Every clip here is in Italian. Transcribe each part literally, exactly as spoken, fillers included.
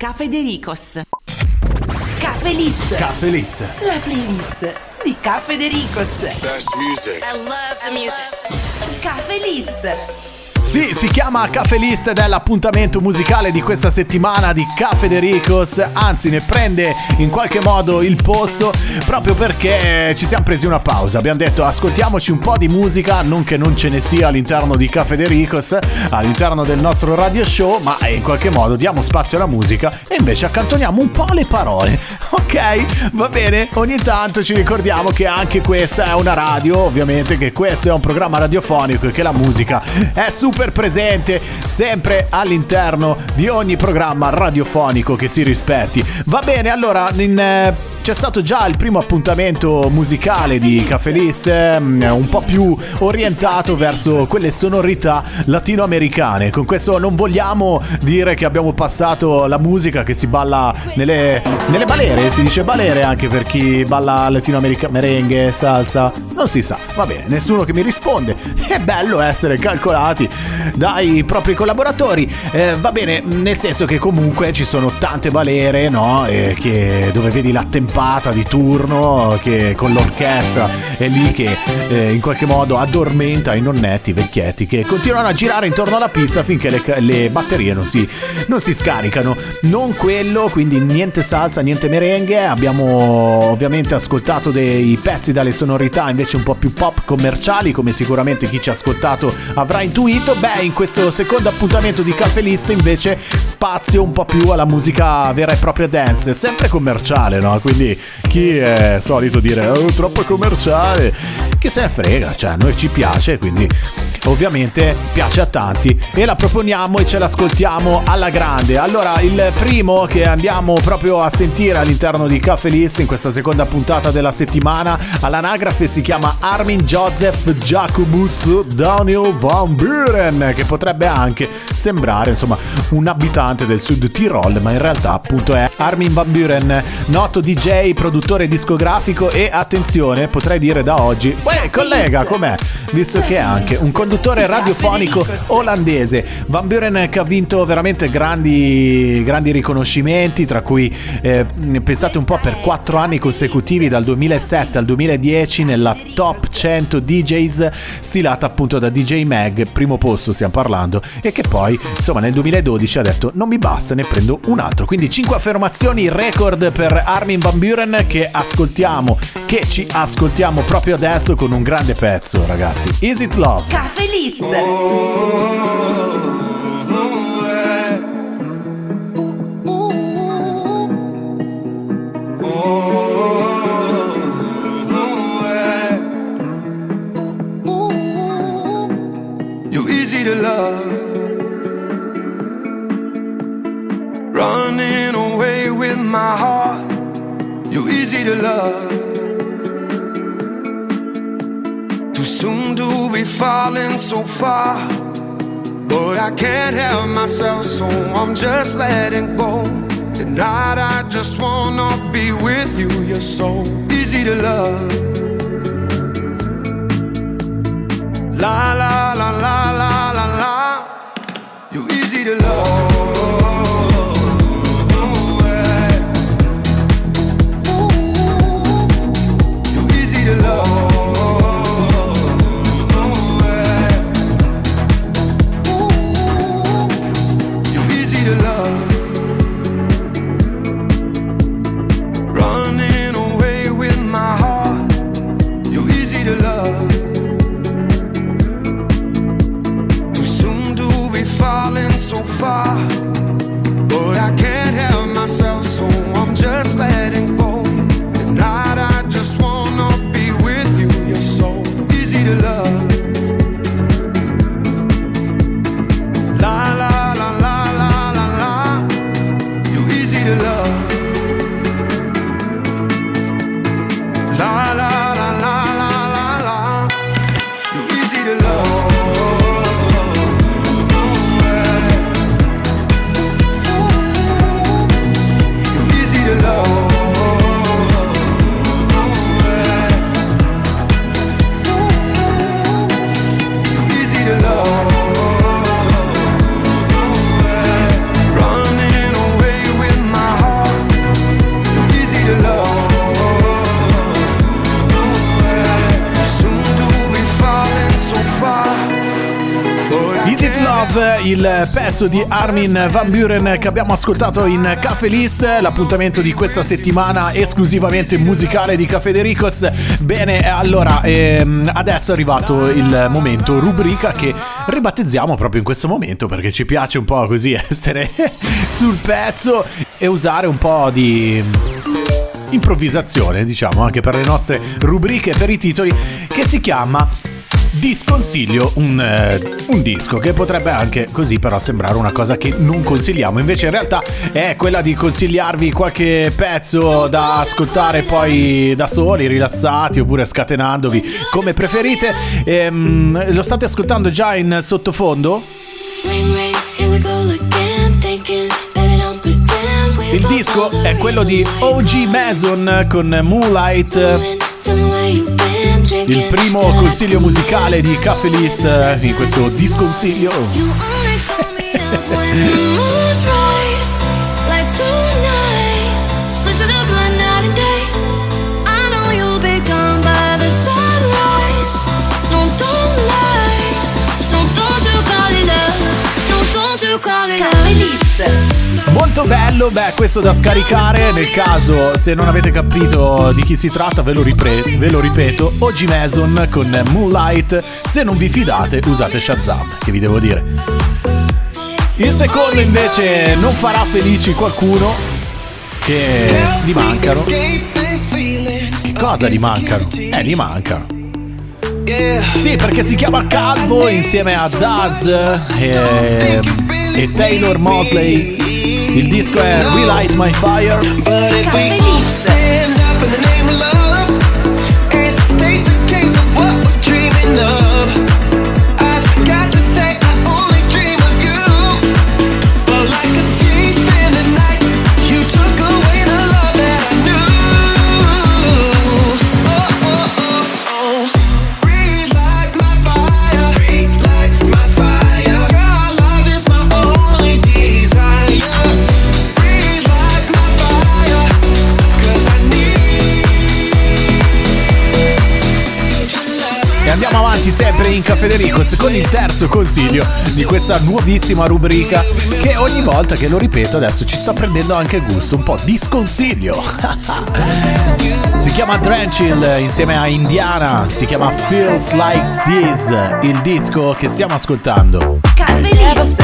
Caffè De Ricos. Caffè List. Caffè List. La playlist di Caffè De Ricos. Best music. I love the music. Caffè List. Sì, si chiama Caffè List ed è l'appuntamento musicale di questa settimana di Caffè De Ricos, anzi ne prende in qualche modo il posto proprio perché ci siamo presi una pausa. Abbiamo detto ascoltiamoci un po' di musica, non che non ce ne sia all'interno di Caffè De Ricos, all'interno del nostro radio show, ma in qualche modo diamo spazio alla musica e invece accantoniamo un po' le parole. Ok, va bene, ogni tanto ci ricordiamo che anche questa è una radio, ovviamente che questo è un programma radiofonico e che la musica è super presente sempre all'interno di ogni programma radiofonico che si rispetti. Va bene, allora in, eh, c'è stato già il primo appuntamento musicale di Caffè List, eh, un po' più orientato verso quelle sonorità latinoamericane. Con questo non vogliamo dire che abbiamo passato la musica che si balla nelle, nelle balere, si dice balere anche per chi balla latinoamericano, merengue, salsa, non si sa. Va bene, nessuno che mi risponde. È bello essere calcolati dai propri collaboratori. Eh, va bene, nel senso che comunque ci sono tante balere, no? Eh, che, dove vedi la tempata di turno che con l'orchestra è lì che eh, in qualche modo addormenta i nonnetti, i vecchietti che continuano a girare intorno alla pista finché le, le batterie non si, non si scaricano. Non quello, quindi niente salsa, niente merengue. Abbiamo ovviamente ascoltato dei pezzi dalle sonorità invece un po' più pop commerciali, come sicuramente chi ci ha ascoltato avrà intuito. Beh, in questo secondo appuntamento di Caffè List invece spazio un po' più alla musica vera e propria dance, sempre commerciale, no? Quindi chi è solito dire oh, troppo commerciale, chi se ne frega, cioè a noi ci piace, quindi ovviamente piace a tanti e la proponiamo e ce l'ascoltiamo alla grande. Allora, il primo che andiamo proprio a sentire all'interno di Caffè List in questa seconda puntata della settimana, all'anagrafe si chiama Armin Joseph Jacobus Daniel Van Buren, che potrebbe anche sembrare insomma un abitante del Sud Tirol, ma in realtà appunto è Armin Van Buren, noto D J, produttore discografico e attenzione, potrei dire da oggi, uè collega, com'è? Visto che è anche un conduttore radiofonico olandese. Van Buren che ha vinto veramente grandi grandi riconoscimenti, tra cui eh, pensate un po' per quattro anni consecutivi dal duemilasette al duemiladieci nella top cento D Js stilata appunto da D J Mag, primo posto stiamo parlando, e che poi insomma nel duemiladodici ha detto non mi basta, ne prendo un altro. Quindi cinque affermazioni record per Armin Van Buren che ascoltiamo, che ci ascoltiamo proprio adesso con un grande pezzo, ragazzi. Is It Love? Caffè List. You're easy to love, running away with my heart. You're easy to love, too soon to be falling so far, but I can't help myself, so I'm just letting go. Tonight I just wanna be with you. You're so easy to love. La la la la la la la. You're easy to love. You're easy to love. Far il pezzo di Armin van Buuren che abbiamo ascoltato in Caffè List, l'appuntamento di questa settimana esclusivamente musicale di Caffè De Ricos. Bene, allora ehm, adesso è arrivato il momento rubrica che ribattezziamo proprio in questo momento, perché ci piace un po' così essere sul pezzo e usare un po' di improvvisazione, diciamo, anche per le nostre rubriche, per i titoli, che si chiama Disconsiglio un, eh, un disco, che potrebbe anche così però sembrare una cosa che non consigliamo, invece in realtà è quella di consigliarvi qualche pezzo da ascoltare poi da soli, rilassati, oppure scatenandovi come preferite. Ehm, lo state ascoltando già in sottofondo? Il disco è quello di O G Mason con Moonlight, il primo consiglio musicale di Caffè List in questo disconsiglio. Molto bello, beh, questo da scaricare. Nel caso, se non avete capito di chi si tratta, ve lo, ripre- ve lo ripeto: O G Mason con Moonlight. Se non vi fidate, usate Shazam, che vi devo dire. Il secondo invece non farà felici qualcuno, che gli mancano. Che cosa gli mancano? Eh, gli mancano. Sì, perché si chiama Calvo insieme a Daz e, e Taylor Mosley. Il disco è Relight My Fire. Caffè List. Sempre in Caffè De Ricos con il terzo consiglio di questa nuovissima rubrica, che ogni volta che lo ripeto adesso ci sto prendendo anche gusto, un po' disconsiglio. Si chiama Drenchill insieme a Indiana, si chiama Feels Like This, il disco che stiamo ascoltando. Caffè List.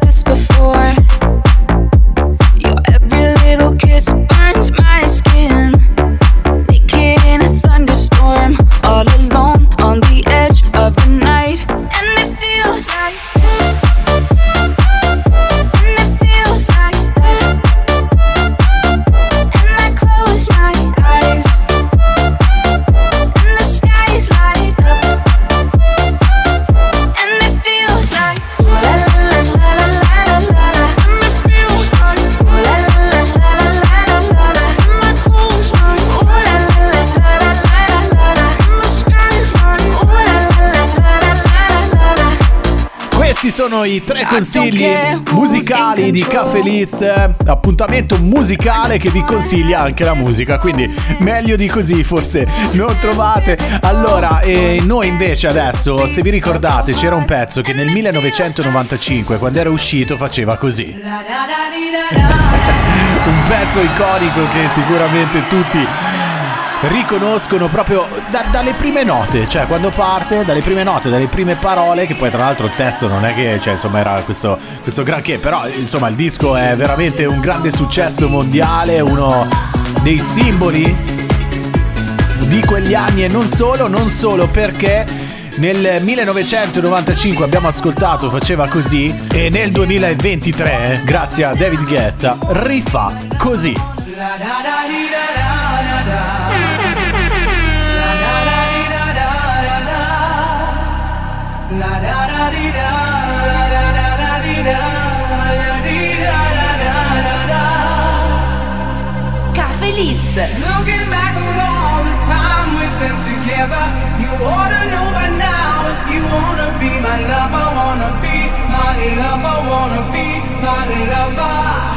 All alone on the edge of the night, and it feels like this, and it feels like that, and I close my eyes, and the skies light up, and it feels like la la la la la la la, and it feels like la la la la la la la, and I close my eyes, la la la la la la. Questi sono i tre consigli musicali di Caffè List, appuntamento musicale che vi consiglia anche la musica, quindi meglio di così forse non trovate. Allora, e noi invece adesso, se vi ricordate, c'era un pezzo che nel millenovecentonovantacinque, quando era uscito, faceva così. Un pezzo iconico che sicuramente tutti riconoscono proprio da, dalle prime note, cioè quando parte, dalle prime note, dalle prime parole, che poi tra l'altro il testo non è che, cioè insomma era questo, questo granché, però insomma il disco è veramente un grande successo mondiale, uno dei simboli di quegli anni, e non solo, non solo perché nel millenovecentonovantacinque abbiamo ascoltato Faceva Così, e nel duemilaventitré, grazie a David Guetta, rifà così. Caffè List. Looking back on all the time we spent together, you ought to know by now if you wanna be my lover, wanna be my lover, wanna be my lover.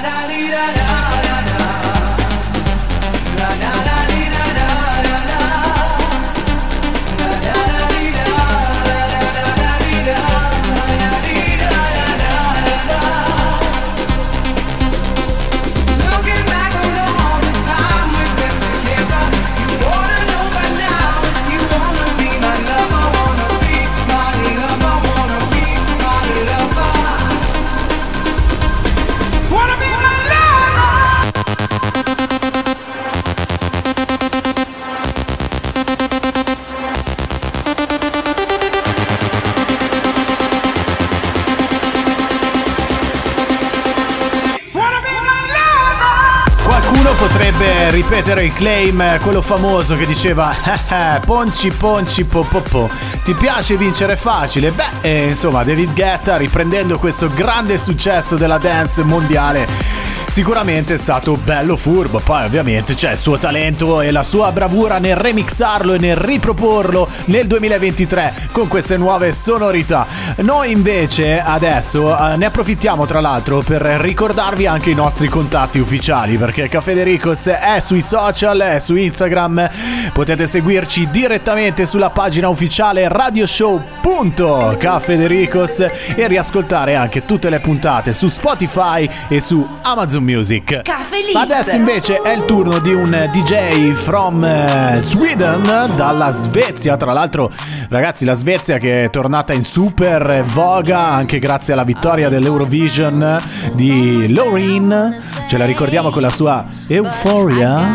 Potrebbe ripetere il claim, quello famoso che diceva ponci ponci po po po, ti piace vincere facile? Beh, eh, insomma, David Guetta, riprendendo questo grande successo della dance mondiale, sicuramente è stato bello furbo. Poi ovviamente c'è il suo talento e la sua bravura nel remixarlo e nel riproporlo nel duemilaventitré con queste nuove sonorità. Noi invece adesso eh, ne approfittiamo tra l'altro per ricordarvi anche i nostri contatti ufficiali, perché Caffè De Ricos è sui social, è su Instagram, potete seguirci direttamente sulla pagina ufficiale radioshow punto caffè de ricos e riascoltare anche tutte le puntate su Spotify e su Amazon Music. Adesso invece è il turno di un D J from uh, Sweden, dalla Svezia. Tra l'altro, ragazzi, la Svezia che è tornata in super voga anche grazie alla vittoria dell'Eurovision di Loreen. Ce la ricordiamo con la sua Euphoria.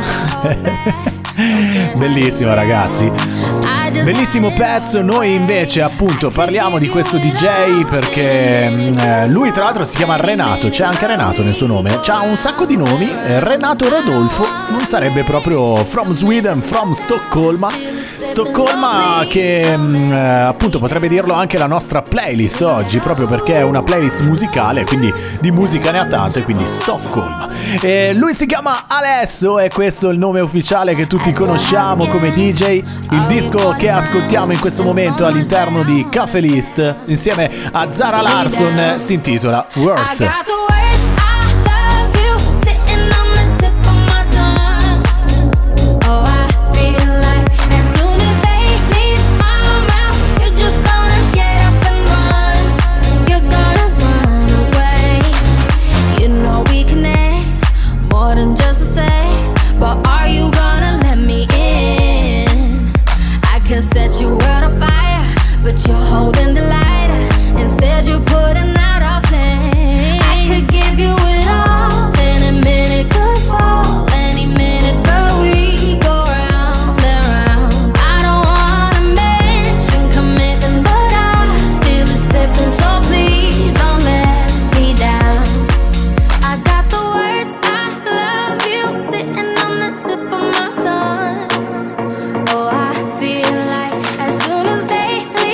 Bellissima, ragazzi, bellissimo pezzo. Noi invece appunto parliamo di questo D J perché mh, lui tra l'altro si chiama Renato, c'è anche Renato nel suo nome, c'ha un sacco di nomi. Renato Rodolfo non sarebbe proprio from Sweden, from Stoccolma Stoccolma che mh, appunto potrebbe dirlo anche la nostra playlist oggi, proprio perché è una playlist musicale, quindi di musica ne ha tanto, e quindi Stoccolma. E lui si chiama Alesso e questo è il nome ufficiale che tutti conosciamo come D J. Il disco che ascoltiamo in questo momento all'interno di Caffè List insieme a Zara Larsson si intitola Words. But you're holding the lighter, instead you're putting out a flame. I could give you it all, any minute could fall, any minute but we go round and round. I don't wanna mention commitment, but I feel it slipping, so please don't let me down. I got the words I love you sitting on the tip of my tongue. Oh, I feel like as soon as they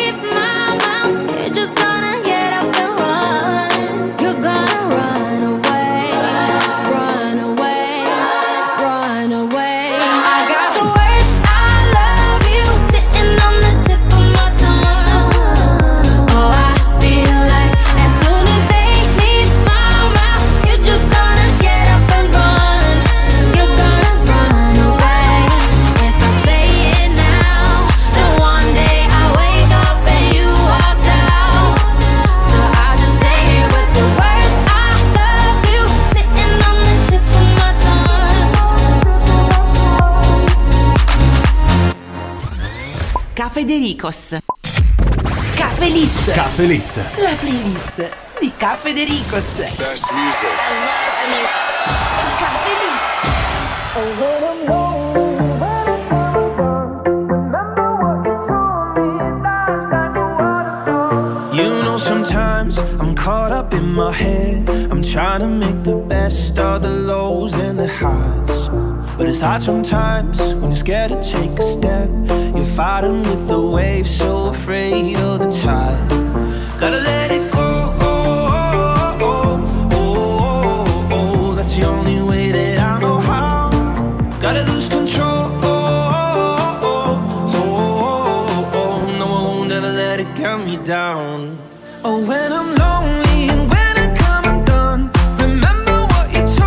Caffè De Ricos. Caffè List. Caffè List. La playlist di Caffè De Ricos. Best music. Caffè List. You know, sometimes I'm caught up in my head. I'm trying to make the best of the lows and the highs. But it's hard sometimes when you're scared to take a step. You're fighting with the waves, so afraid of the tide. Gotta let it go, oh, oh, oh, oh, oh. That's the only way that I know how. Gotta lose control, oh, oh, oh, oh. No, I won't ever let it get me down. Oh, when I'm lonely and when I come undone, remember what you told me.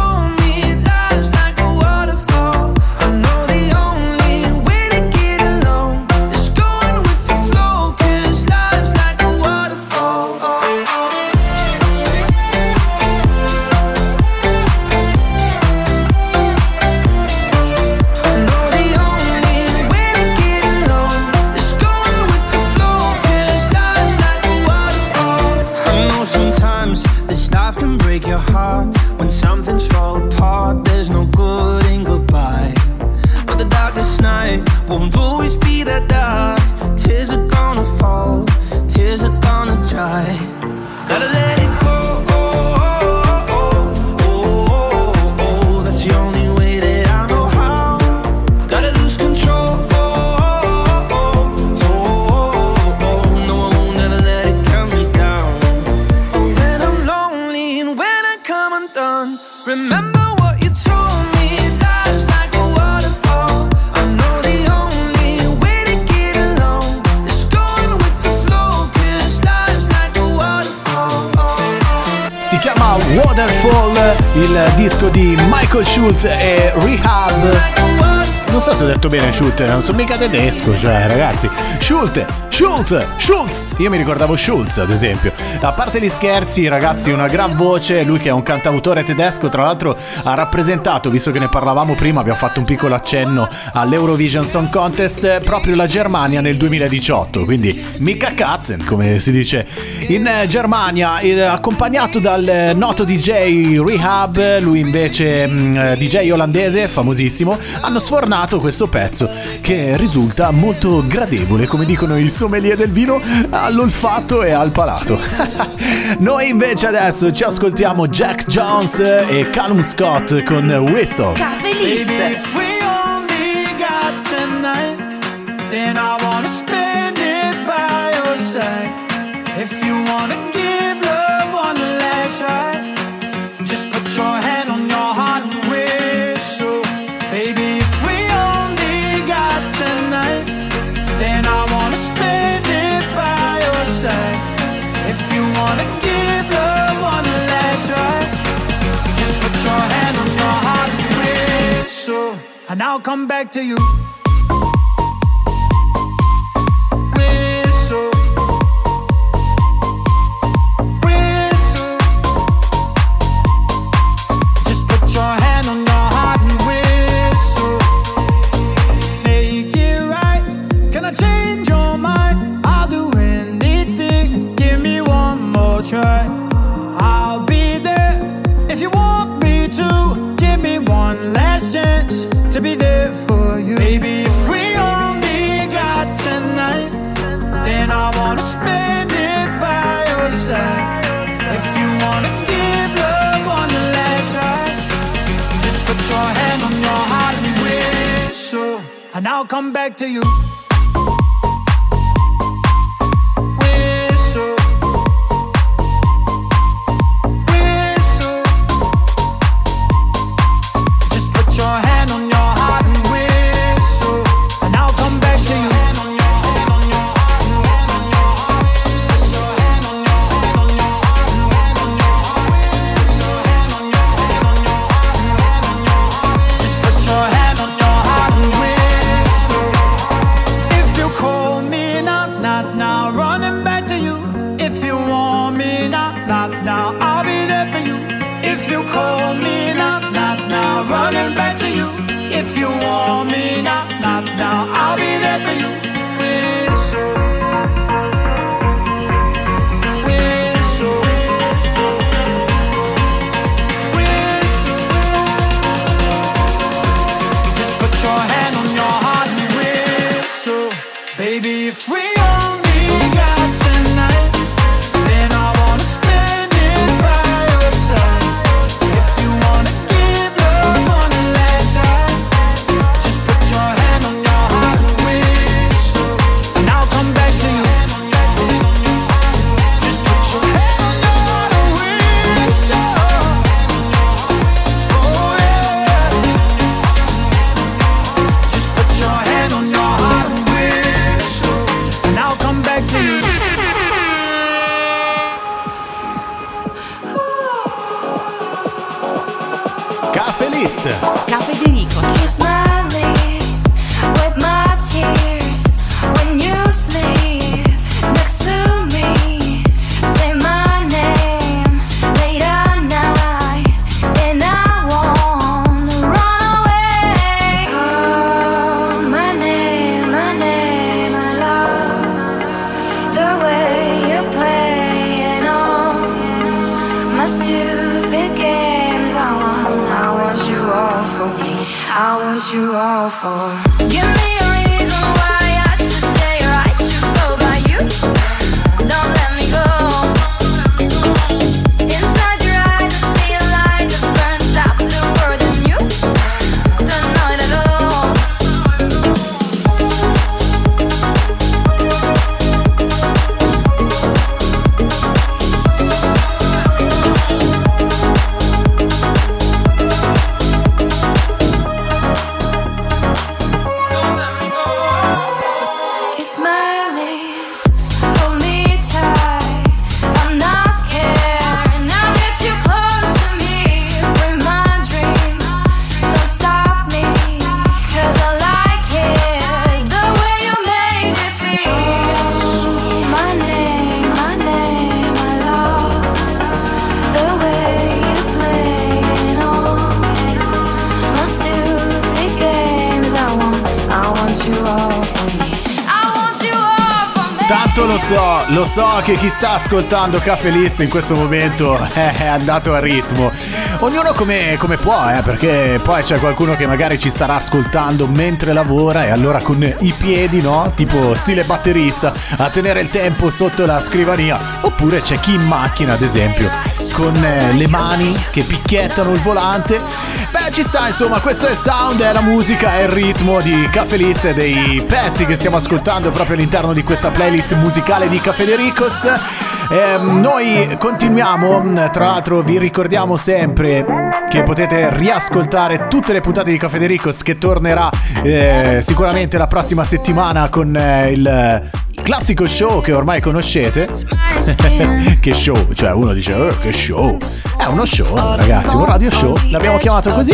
Remember what you told me, life's like a waterfall. I know the only way to get along is going with the flow, 'cause life's like a waterfall. Si chiama Waterfall, il disco di Michael Schultz e Rehab. Non so se ho detto bene Schultz, non so mica tedesco, cioè ragazzi. Schultz, Schultz, Schultz. Io mi ricordavo Schultz ad esempio. A parte gli scherzi, ragazzi, una gran voce. Lui che è un cantautore tedesco, tra l'altro ha rappresentato, visto che ne parlavamo prima, abbiamo fatto un piccolo accenno all'Eurovision Song Contest, proprio la Germania nel duemiladiciotto. Quindi mica Katzen, come si dice in Germania, accompagnato dal noto D J Rehab. Lui invece mh, D J olandese famosissimo. Hanno sfornato questo pezzo che risulta molto gradevole, come dicono i sommelier del vino, all'olfatto e al palato. Noi invece adesso ci ascoltiamo Jack Jones e Callum Scott con Whistle. Cafe Baby, List. if we only got tonight, then I wanna spend it by your side. If you wanna give love one last try, just put your hand on your heart and whistle. Baby, if we only got tonight, then I wanna spend it by your side. If you wanna give love one last try, just put your hand on your heart and whistle, and I'll come back to you. Whistle, whistle, just put your hand on your heart and whistle. Make it right. Can I change your mind? I'll do anything. Give me one more try. I'll be there if you want me to. Give me one last chance to be there for you. Baby, if we only got tonight, then I wanna spend it by your side. If you wanna give love one last try, just put your hand on your heart and whistle, and I'll come back to you. Whistle, whistle, just put your hand on your heart and whistle, and I'll come back to you. Just put your hand on your heart and whistle. If you call me now, not now, running back to you. If you want me now, not now, I'll be there for you. If you call me now, not now, running back to you. If you want me now, not now, I'll be there for you. Whistle, whistle, whistle. Just put your hand on your heart and whistle. Baby, if we only got tonight, then I wanna spend it by your side. If you wanna give love one last try, just put your hand on your heart and whistle, and I'll come back to you. Just put your hand on your heart and whistle. Oh yeah. Just put your hand on your heart and whistle, and I'll come back to you. Cafe List. Cafe De Ricos. Kiss my lips with my tears when you sleep next to me. Say my name late at night, and I wanna run away. Oh, my name, my name, I love the way you're playing on my stupid games. I want, I want you all for me. I want you all for. Give me a reason why I should stay or I should go by you. Don't let me go. Inside your eyes I see a light that burns out the world in you. Don't know it at all. Tanto lo so, lo so che chi sta ascoltando Caffè List in questo momento è andato a ritmo. Ognuno come, come può, eh, perché poi c'è qualcuno che magari ci starà ascoltando mentre lavora e allora con i piedi, no? Tipo stile batterista, a tenere il tempo sotto la scrivania. Oppure c'è chi in macchina, ad esempio, con eh, le mani che picchiettano il volante. Beh, ci sta, insomma, questo è il sound, è la musica, è il ritmo di Caffè List e dei pezzi che stiamo ascoltando proprio all'interno di questa playlist musicale di Caffè De Ricos. Eh, noi continuiamo, tra l'altro vi ricordiamo sempre che potete riascoltare tutte le puntate di Caffè De Ricos, che tornerà eh, sicuramente la prossima settimana con eh, il classico show che ormai conoscete. Che show? Cioè uno dice oh, che show? È uno show, ragazzi, un radio show, l'abbiamo chiamato così.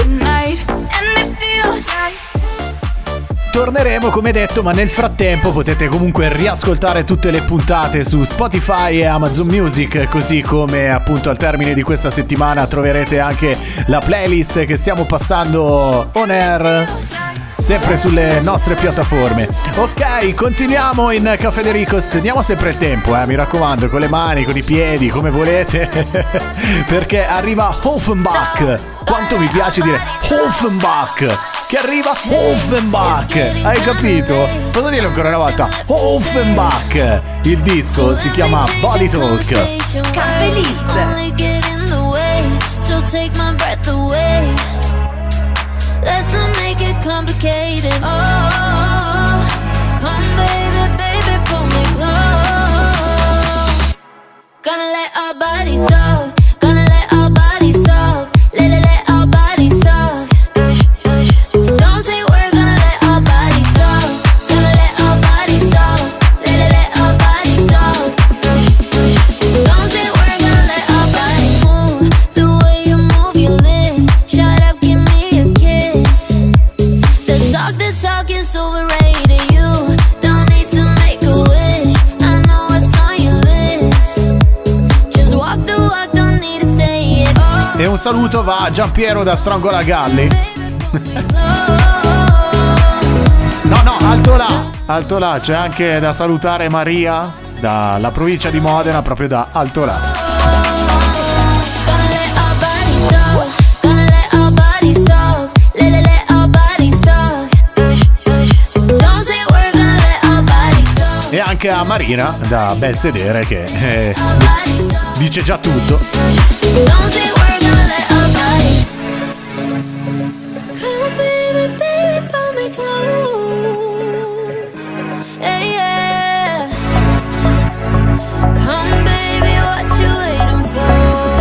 Torneremo come detto, ma nel frattempo potete comunque riascoltare tutte le puntate su Spotify e Amazon Music, così come appunto al termine di questa settimana troverete anche la playlist che stiamo passando on air sempre sulle nostre piattaforme. Ok, continuiamo in Caffè De Ricos. Teniamo sempre il tempo, eh, mi raccomando, con le mani, con i piedi, come volete, perché arriva Offenbach. Quanto mi piace dire Offenbach, che arriva Offenbach. Hai capito? Posso dirlo ancora una volta? Offenbach. Il disco si chiama Body Talk. Caffè List. Let's not make it complicated. Oh, come baby, baby, pull me close. Gonna let our bodies talk. Gonna let our bodies talk. Let, let, let our bodies talk. Don't say we're gonna let our bodies talk. Gonna let our bodies talk. Let, let, let our bodies talk. Don't say we're gonna let our bodies move. The way you move your lips. Shut up, give me a kiss. Talk the talk is overrated. You don't need to make a wish. I know what's on your list. Just walk the walk, don't need to say it. Oh, E un saluto va a Giampiero da Strangola Galli. No, no, alto là, alto là. C'è anche da salutare Maria dalla provincia di Modena, proprio da alto là. gonna let our bodies talk. Gonna let our bodies talk. Let, let, let our bodies talk. Don't say we're gonna let our bodies talk. E anche a Marina da Belsedere, che eh, Bodies talk. dice già tutto. Don't say we're gonna let our bodies. Come baby, baby, pull me close. Hey, yeah. Come baby, what you waiting for?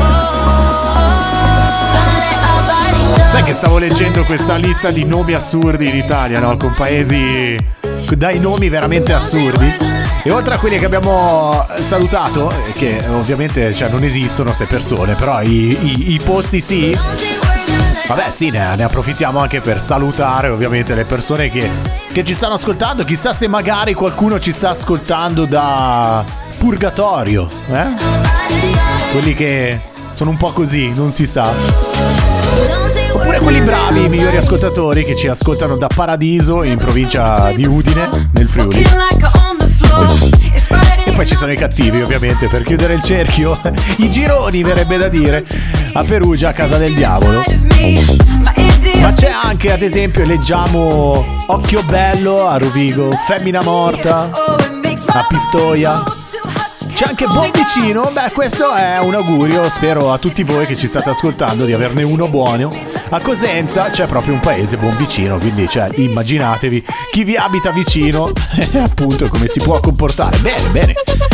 Gonna let our bodies talk. Sai che stavo leggendo questa lista di nomi assurdi in Italia, no? Con paesi dai nomi veramente assurdi. E oltre a quelli che abbiamo salutato, che ovviamente cioè, non esistono queste persone, però i, i, i posti sì. Don't say we're gonna let. Vabbè sì, ne, ne approfittiamo anche per salutare ovviamente le persone che, che ci stanno ascoltando. Chissà se magari qualcuno ci sta ascoltando da Purgatorio, eh? Quelli che sono un po' così, non si sa. Don't say we're Oppure quelli bravi, i migliori ascoltatori che ci ascoltano da Paradiso, in provincia di Udine, nel Friuli. E poi ci sono i cattivi, ovviamente, per chiudere il cerchio. I gironi, verrebbe da dire, a Perugia, a casa del diavolo. Ma c'è anche, ad esempio, leggiamo Occhio Bello a Rovigo, Femmina Morta a Pistoia. C'è anche Buon Vicino. Beh, questo è un augurio, spero a tutti voi che ci state ascoltando di averne uno buono. A Cosenza c'è proprio un paese Buon Vicino, quindi cioè, immaginatevi chi vi abita vicino e appunto come si può comportare. Bene, bene.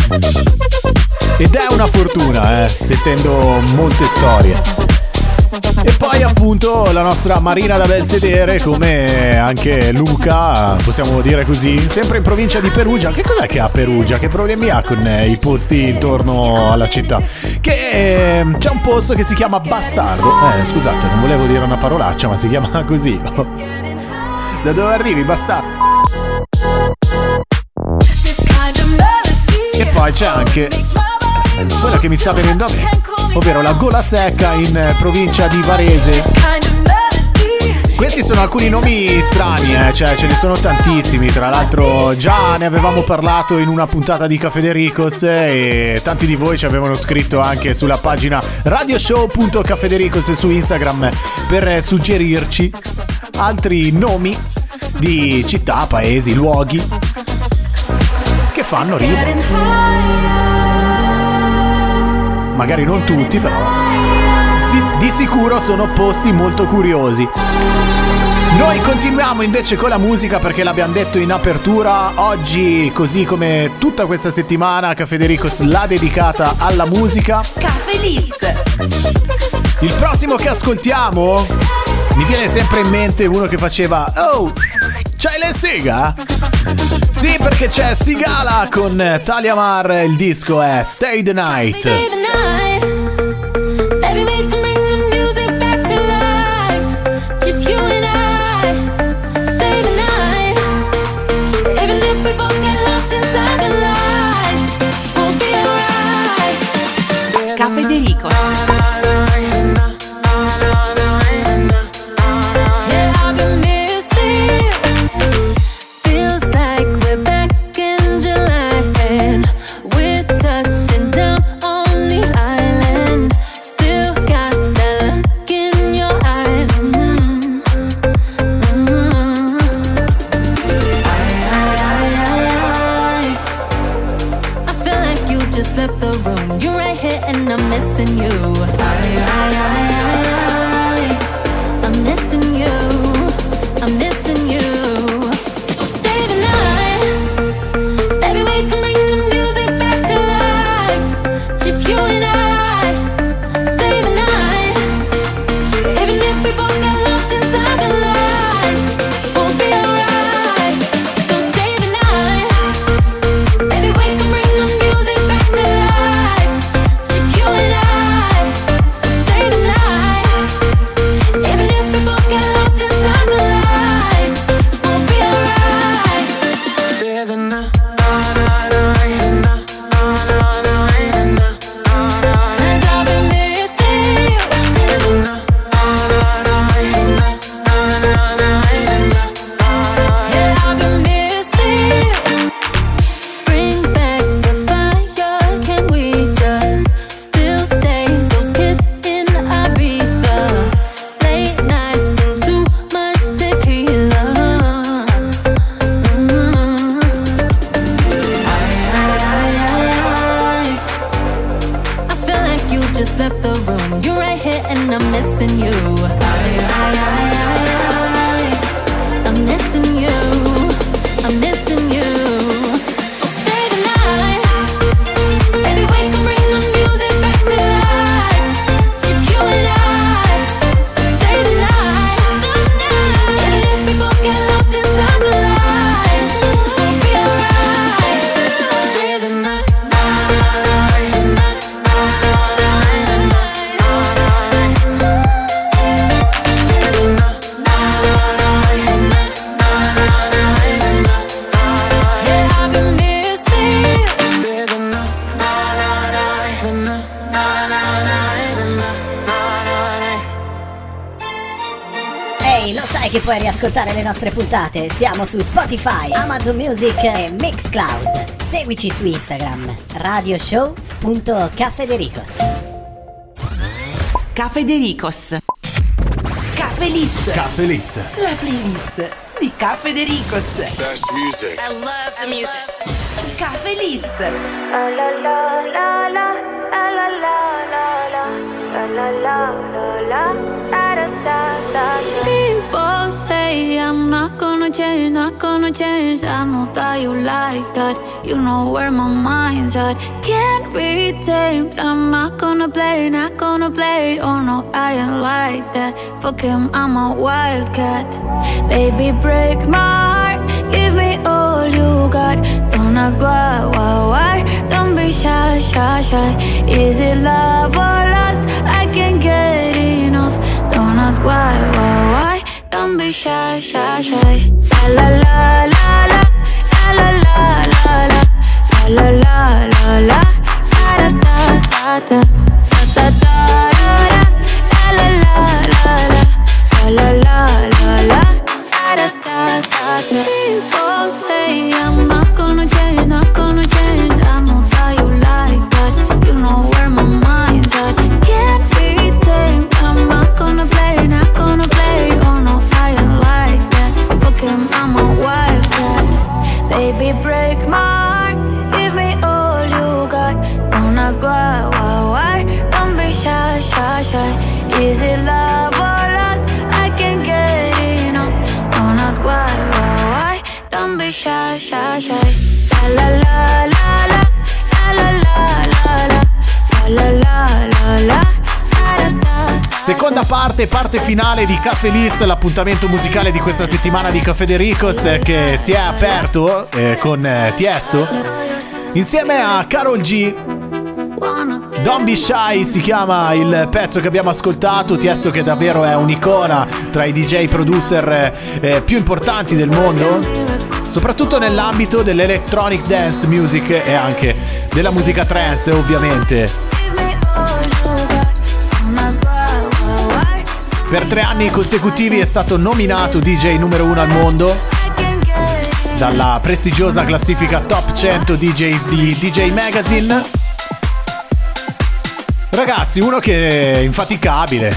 Ed è una fortuna, eh, sentendo molte storie. E poi appunto la nostra Marina da Belsedere, come anche Luca, possiamo dire così, sempre in provincia di Perugia. Che cos'è che ha Perugia? Che problemi ha con eh, i posti intorno alla città? Che eh, c'è un posto che si chiama Bastardo. Eh scusate, non volevo dire una parolaccia, ma si chiama così. Da dove arrivi, Bastardo? E poi c'è anche quella che mi sta venendo a me, ovvero la Gola Secca in provincia di Varese. Questi sono alcuni nomi strani, eh? Cioè ce ne sono tantissimi. Tra l'altro già ne avevamo parlato in una puntata di Caffè De Ricos e tanti di voi ci avevano scritto anche sulla pagina radioshow punto caffè de ricos su Instagram per suggerirci altri nomi di città, paesi, luoghi che fanno ridere. Magari non tutti, però sì, di sicuro sono posti molto curiosi. Noi continuiamo invece con la musica perché l'abbiamo detto in apertura. Oggi, così come tutta questa settimana, Caffè De Ricos l'ha dedicata alla musica. Caffè List. Il prossimo che ascoltiamo mi viene sempre in mente uno che faceva: oh, c'hai le sega? Sì, perché c'è Sigala con Talia Mar. Il disco è Stay the Night. Stay the night. Baby, we can bring the music back to life. Just you and I. Stay the night. Even if we both get lost inside the lights, we'll be alright. Caffè De Ricos. Left the room, you're right here and I'm missing you. I, I, I, I, I, I'm missing you, I'm missing you. So stay the night, baby, we can bring the music back to life. Just you and I, stay the night. Even if we both get lost inside the lights, we'll be alright. So stay the night, baby, we can bring the music back to life. Just you and I, so stay the night. Even if we both get lost inside the lights, we'll be alright. Stay the night. Cause I've been missing you. Yeah, I've been missing you. Bring back the fire, can we just still stay those kids in Ibiza? Late nights and too much tequila. Mm. I, I, I, I, I feel like you just left the room. You're right here and I'm missing you. I, I, I, I, I, I'm missing you. I'm missing you. So stay the night. Baby, we can bring the music back to life. Just you and I. So stay the night. Even if we both get lost inside the lights, we'll be alright. Stay the night. Yeah, I've been missing you. Stay the night. The night. The night. Ehi, lo sai che puoi riascoltare le nostre puntate? Siamo su Spotify, Amazon Music e Mixcloud. Seguici su Instagram, radioshow punto caffè de ricos. Caffè De Ricos. Caffè List. Caffè List. La playlist di Caffè De Ricos. Best music. I love the music. Caffè List. People say I'm not gonna change, not gonna change. I know that you like that. You know where my mind's at. Can't be tamed. I'm not gonna play, not gonna play. Oh no, I ain't like that. Fuck him, I'm a wildcat. Baby, break my heart. Give me all you got. Don't ask why, why, why. Don't be shy, shy, shy. Is it love or lust? I can't get enough. Don't ask why, why, why. Don't be shy, shy, shy. La la la la la la la la la la la la la la da da da da da da da da la la la la la la la la shy, shy. La la la la la, la la la la la, la la la la. Seconda parte, parte finale di Caffè List, l'appuntamento musicale di questa settimana di Caffè De Ricos che si è aperto eh, con eh, Tiesto insieme a Karol G. Don't Be Shy si chiama il pezzo che abbiamo ascoltato. Tiesto che davvero è un'icona tra i D J producer eh, più importanti del mondo, soprattutto nell'ambito dell'electronic dance music e anche della musica trance, ovviamente. Per tre anni consecutivi è stato nominato D J numero uno al mondo dalla prestigiosa classifica Top cento D Js di D J Magazine. Ragazzi, uno che è infaticabile.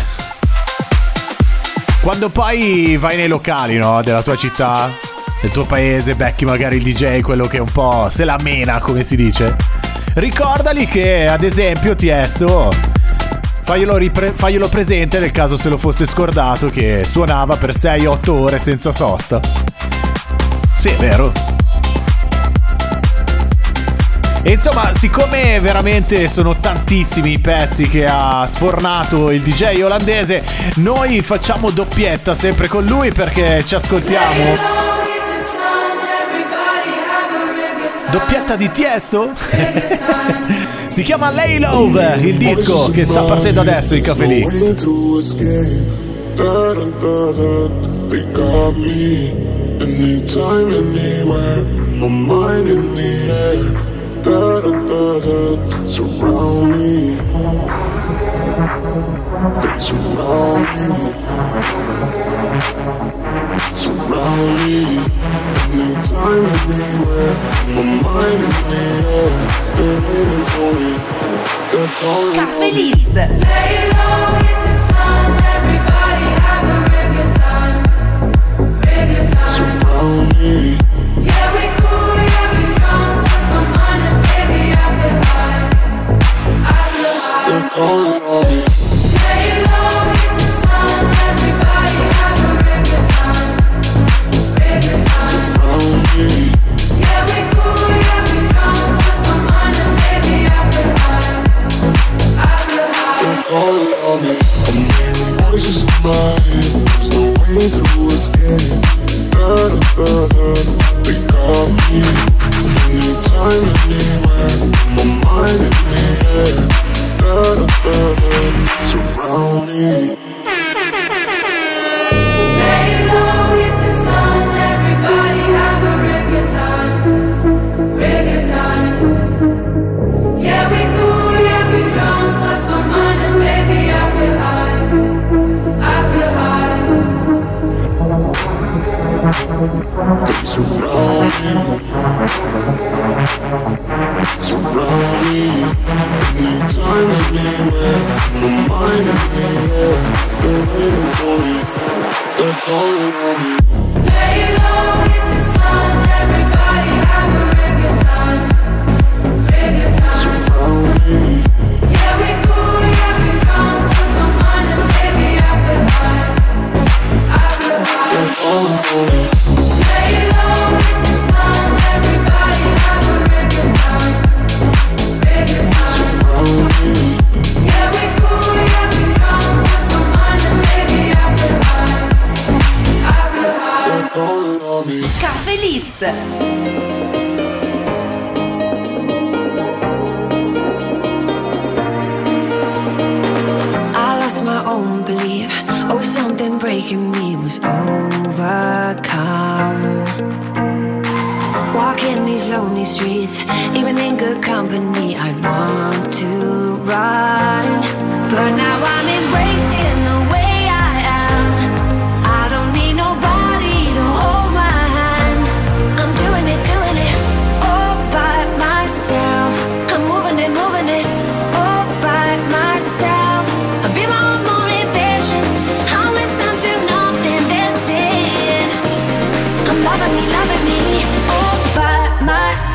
Quando poi vai nei locali, no, della tua città, del tuo paese, becchi magari il D J, quello che un po' se la mena, come si dice. Ricordali che, ad esempio, Tiesto, faglielo, ripre- faglielo presente nel caso se lo fosse scordato, che suonava per sei otto ore senza sosta. Sì, è vero. E insomma, siccome veramente sono tantissimi i pezzi che ha sfornato il D J olandese, noi facciamo doppietta sempre con lui perché ci ascoltiamo. Doppietta di Tiesto? Si chiama Lay Love, il disco che sta partendo adesso in Caffè List. They got me anytime, anywhere. My mind in the air. Da da da da. Surround me. They surround me. Surround me. Anytime, anywhere. My mind in the air. They're waiting for me. They're calling. Caffè List. Lay low, hit the sun, everybody have a real good time, real good time. Surround me. Yeah, we cool, yeah, we drunk, lost my mind and baby I feel high, I feel high. They're calling on me. Lay low, hit the sun, everybody have a real good time, real good time. Surround me. Yeah, we cool, yeah, we drunk, lost my mind and baby I feel high, I feel high. They're calling on me. I'm hearing voices in my head. There's no way to escape. Da da da da. They got me. Anytime, anywhere. My mind in the air. Da da da da. Surround me. Lay low, hit the sun, everybody have a real good time, real good time. Yeah, we cool, yeah, we drunk, lost my mind and baby I feel high, I feel high. They surround me. Surround me. Anytime, anywhere. My mind in the air. They're waiting for me. They're calling on me. Lay low, hit the sun, everybody have a real good time, real good time. Surround me. Yeah, we cool, yeah, we drunk, lost my mind and baby I feel high, I feel high. They're calling on me. Lay low, hit the sun, everybody have a real good time, real good time. Surround me. Yeah, we cool, yeah, we drunk, lost my mind and baby I feel high, I feel high. They're calling on me. Caffè List. I lost my own belief. Oh, something breaking me was overcome. Walking these lonely streets, even in good company, I want to run. But now I'm embracing the way I am. I don't need nobody to hold my hand. I'm doing it, doing it all by myself. I'm moving it, moving it all by myself. I'll be my own motivation. I'll listen to nothing they're saying. I'm loving me, loving me all by myself.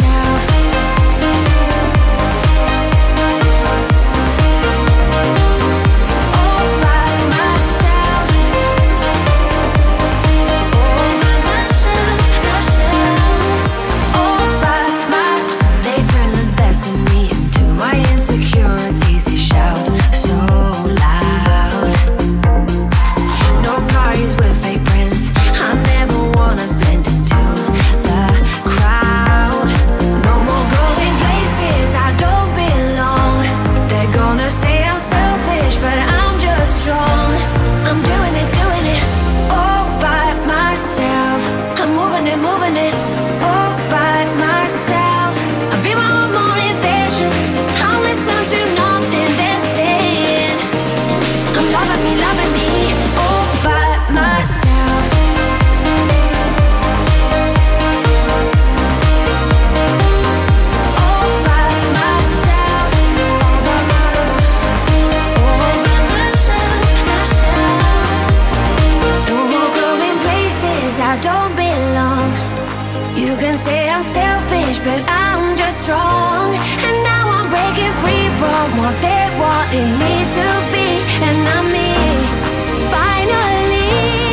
don't belong. You can say I'm selfish, but I'm just strong. And now I'm breaking free from what they wanted me to be. And I'm me, finally.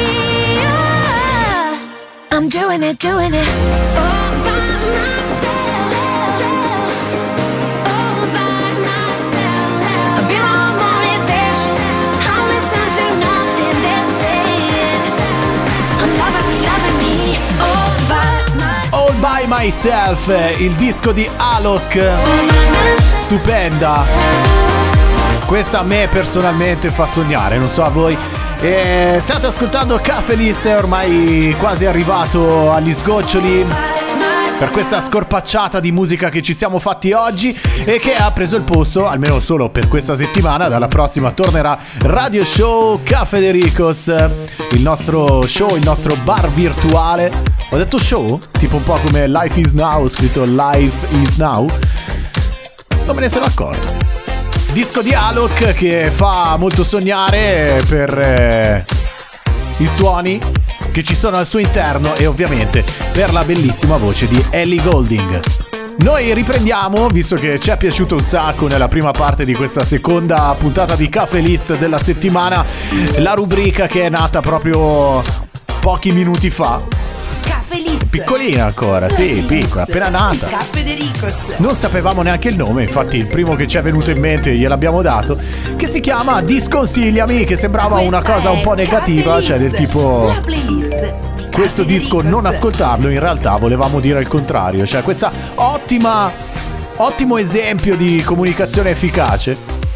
Yeah. I'm doing it, doing it all by myself. All by myself. I'll be my motivation. I'll listen to nothing they're saying. I'm loving me, loving me all by myself. All by Myself, il disco di Alok, stupenda. Questa a me personalmente fa sognare, non so a voi. E state ascoltando Caffè List, è ormai quasi arrivato agli sgoccioli per questa scorpacciata di musica che ci siamo fatti oggi e che ha preso il posto, almeno solo per questa settimana. Dalla prossima tornerà Radio Show Caffè De Ricos, il nostro show, il nostro bar virtuale. Ho detto show? Tipo un po' come Life is Now, scritto Life is Now. Non me ne sono accorto. Disco di Alok che fa molto sognare per eh, i suoni che ci sono al suo interno e ovviamente per la bellissima voce di Ellie Goulding. Noi riprendiamo, visto che ci è piaciuto un sacco nella prima parte di questa seconda puntata di Caffè List della settimana, la rubrica che è nata proprio pochi minuti fa. Piccolina ancora, sì, piccola, appena nata. Caffè De Ricos. Non sapevamo neanche il nome, infatti il primo che ci è venuto in mente gliel'abbiamo dato, che si chiama Disconsigliami, che sembrava Questa una cosa un po' negativa, Caffè cioè del List, tipo la playlist di questo Caffè disco Ricos. non ascoltarlo, in realtà volevamo dire il contrario, cioè questa ottima ottimo esempio di comunicazione efficace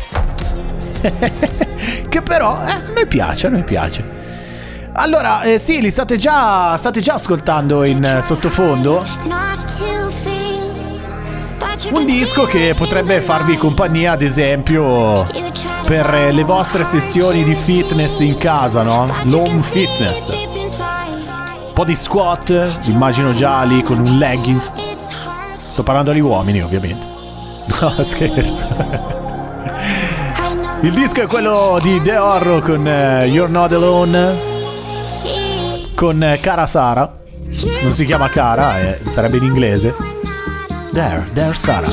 che però eh, a noi piace, a noi piace. Allora, eh, sì, li state già state già ascoltando in eh, sottofondo un disco che potrebbe farvi compagnia, ad esempio, per eh, le vostre sessioni di fitness in casa, no? L'home fitness. Un po' di squat, immagino già lì con un leggings. Sto parlando agli uomini, ovviamente. No, scherzo. Il disco è quello di De Orro con eh, You're Not Alone, con Cara Sara. Non si chiama Cara, eh, sarebbe in inglese. There, there Sara.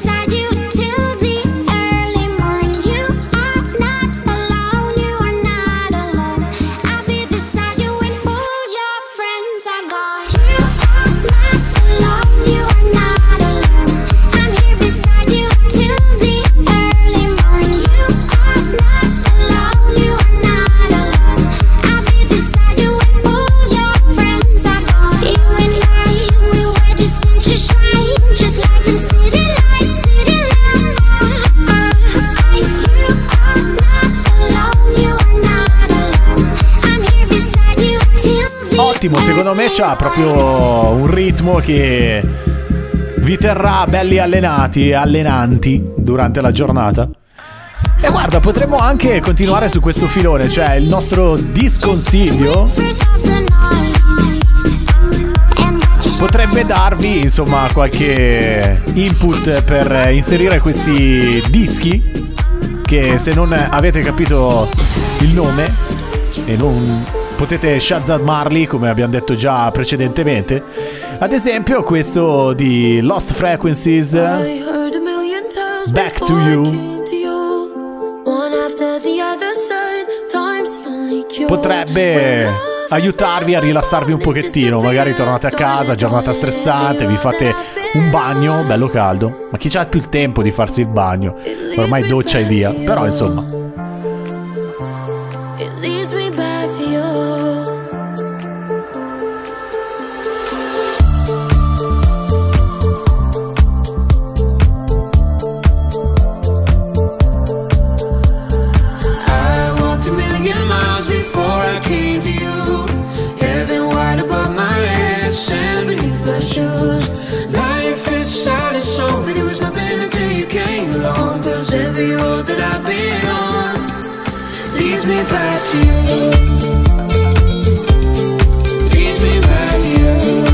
Secondo me c'ha proprio un ritmo che vi terrà belli allenati e allenanti durante la giornata. E guarda, potremmo anche continuare su questo filone, cioè il nostro disconsiglio potrebbe darvi insomma qualche input per inserire questi dischi che, se non avete capito il nome e non potete shazzamarli, come abbiamo detto già precedentemente, ad esempio questo di Lost Frequencies, Back to You, potrebbe aiutarvi a rilassarvi un pochettino. Magari tornate a casa, giornata stressante, vi fate un bagno bello caldo, ma chi c'ha più il tempo di farsi il bagno? Ormai doccia e via, però insomma. Every road that I've been on leads me back to you. Leads me back to you.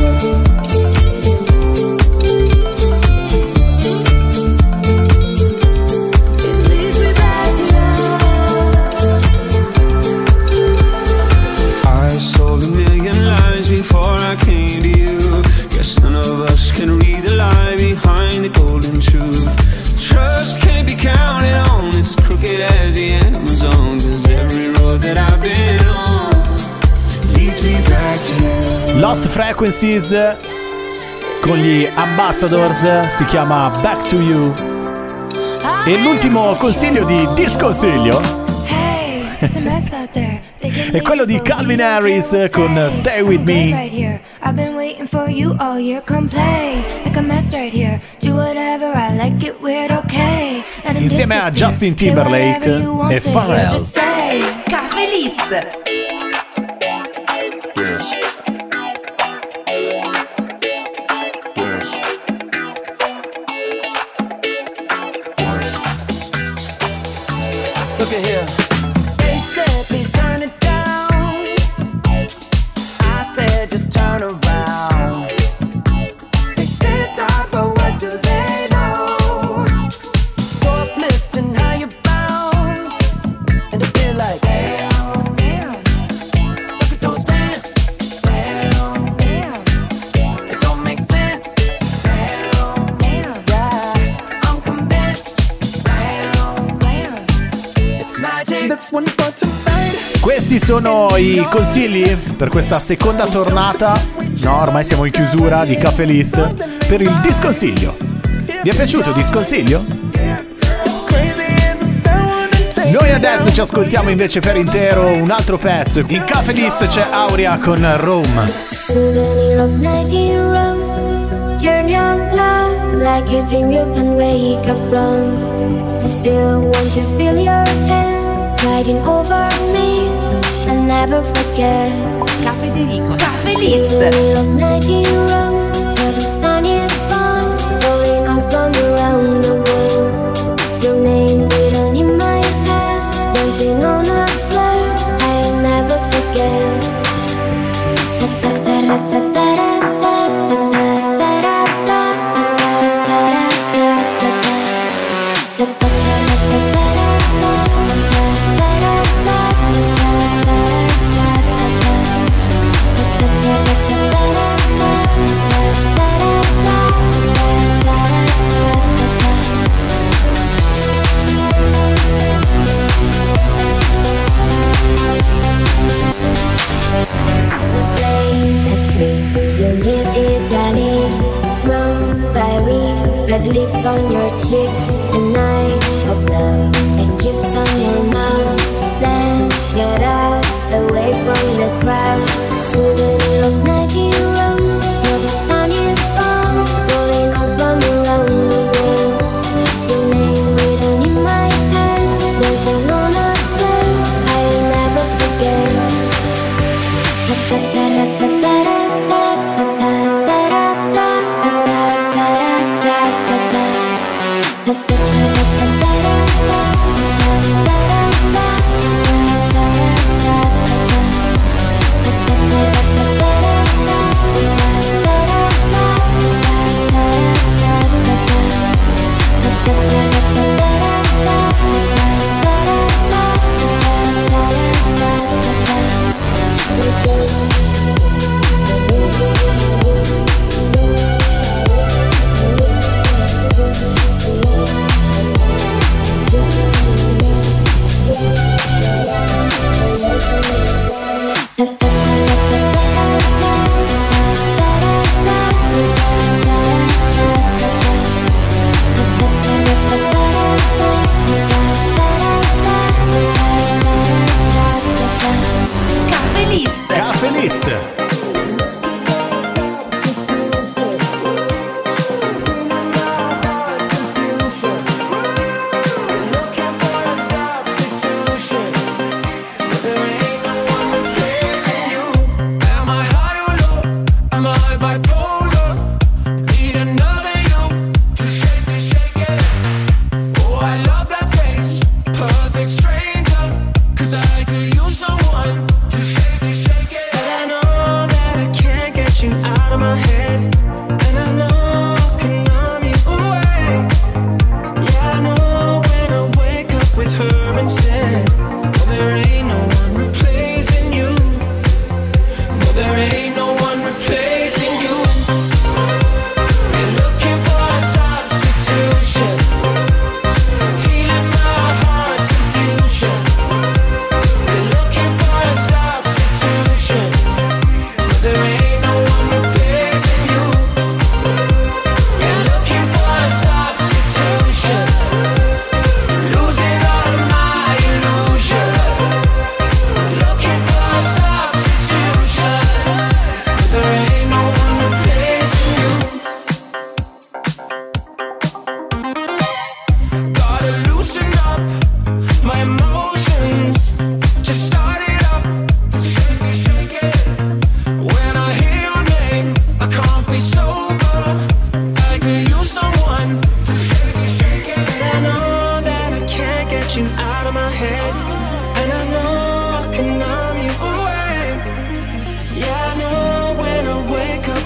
It leads me back to you. I sold a million lives before Lost Frequencies con gli Ambassadors, si chiama Back to You. E l'ultimo consiglio di disconsiglio è quello di Calvin Harris con Stay With Me. I've been waiting for you all year. Come play like a mess right here. Do whatever I like, it weird, okay. Insieme a Justin Timberlake e Pharrell. Cafe List. Dance. Dance. Dance. Look at here. They said, please turn it down. I said, just turn around. They say stop, but what do they know? So uplifting how you bounce. And it feel like, damn, damn. Look at those pants. Damn, damn. It don't make sense. Damn, damn. Yeah, I'm convinced. Damn, damn. It's magic. That's one for tonight. Questi sono i consigli per questa seconda tornata. No, ormai siamo in chiusura di Cafe List per il disconsiglio. Vi è piaciuto il disconsiglio? Noi adesso ci ascoltiamo invece per intero un altro pezzo. In Cafe List c'è Aurea con Rome. Souvenir of night in Rome. Journey of love, like a dream you can wake up from. I still want to feel your hands sliding over me. I'll never forget. Cafe De Rico. Cafe List. Souvenir of night in Rome. Till the sun is gone, rolling up from around the world. Your name written in my head, dancing on a floor. I'll never forget. Red lips on your cheeks, a night of love, a kiss on your mouth. Let's get out, away from the crowd. Souvenir of night in Rome, till the sun is gone, rolling up from around the world. Your name written in my hand, dancing on a floor. I'll never forget.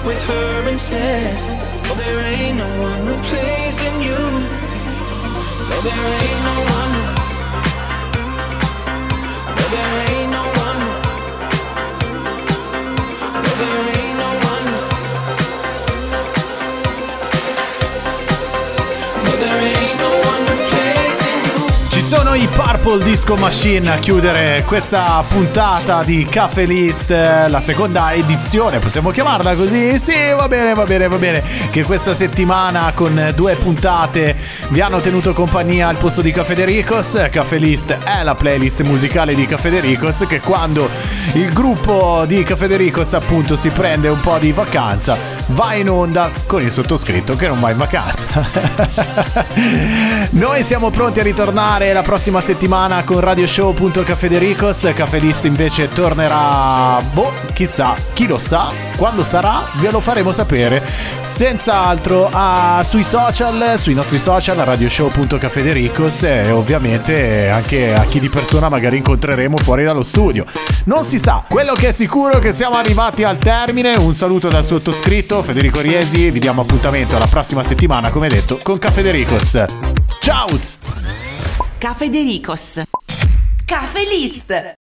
with her instead. Oh, there ain't no one replacing you. No, there ain't no one. No, there ain't no one. No, there ain't no one. No, there ain't no one replacing you. Ci sono i Purple Disco Machine a chiudere questa puntata di Cafe List, la seconda edizione, possiamo chiamarla così? Sì, va bene, va bene, va bene. Che questa settimana con due puntate vi hanno tenuto compagnia al posto di Cafe De Ricos. Cafe List è la playlist musicale di Cafe De Ricos, che quando il gruppo di Cafe De Ricos appunto si prende un po' di vacanza va in onda con il sottoscritto che non va in vacanza. Noi siamo pronti a ritornare la prossima settimana con radioshow.cafedericos. Cafe List invece tornerà, boh, chissà, chi lo sa, quando sarà ve lo faremo sapere senz'altro a, sui social, sui nostri social, a radioshow.cafedericos, e ovviamente anche a chi di persona magari incontreremo fuori dallo studio. Non si sa, quello che è sicuro è che siamo arrivati al termine. Un saluto dal sottoscritto Federico Riesi, vi diamo appuntamento alla prossima settimana come detto con Cafe De Ricos. Ciao! Cafe De Ricos. Cafe List.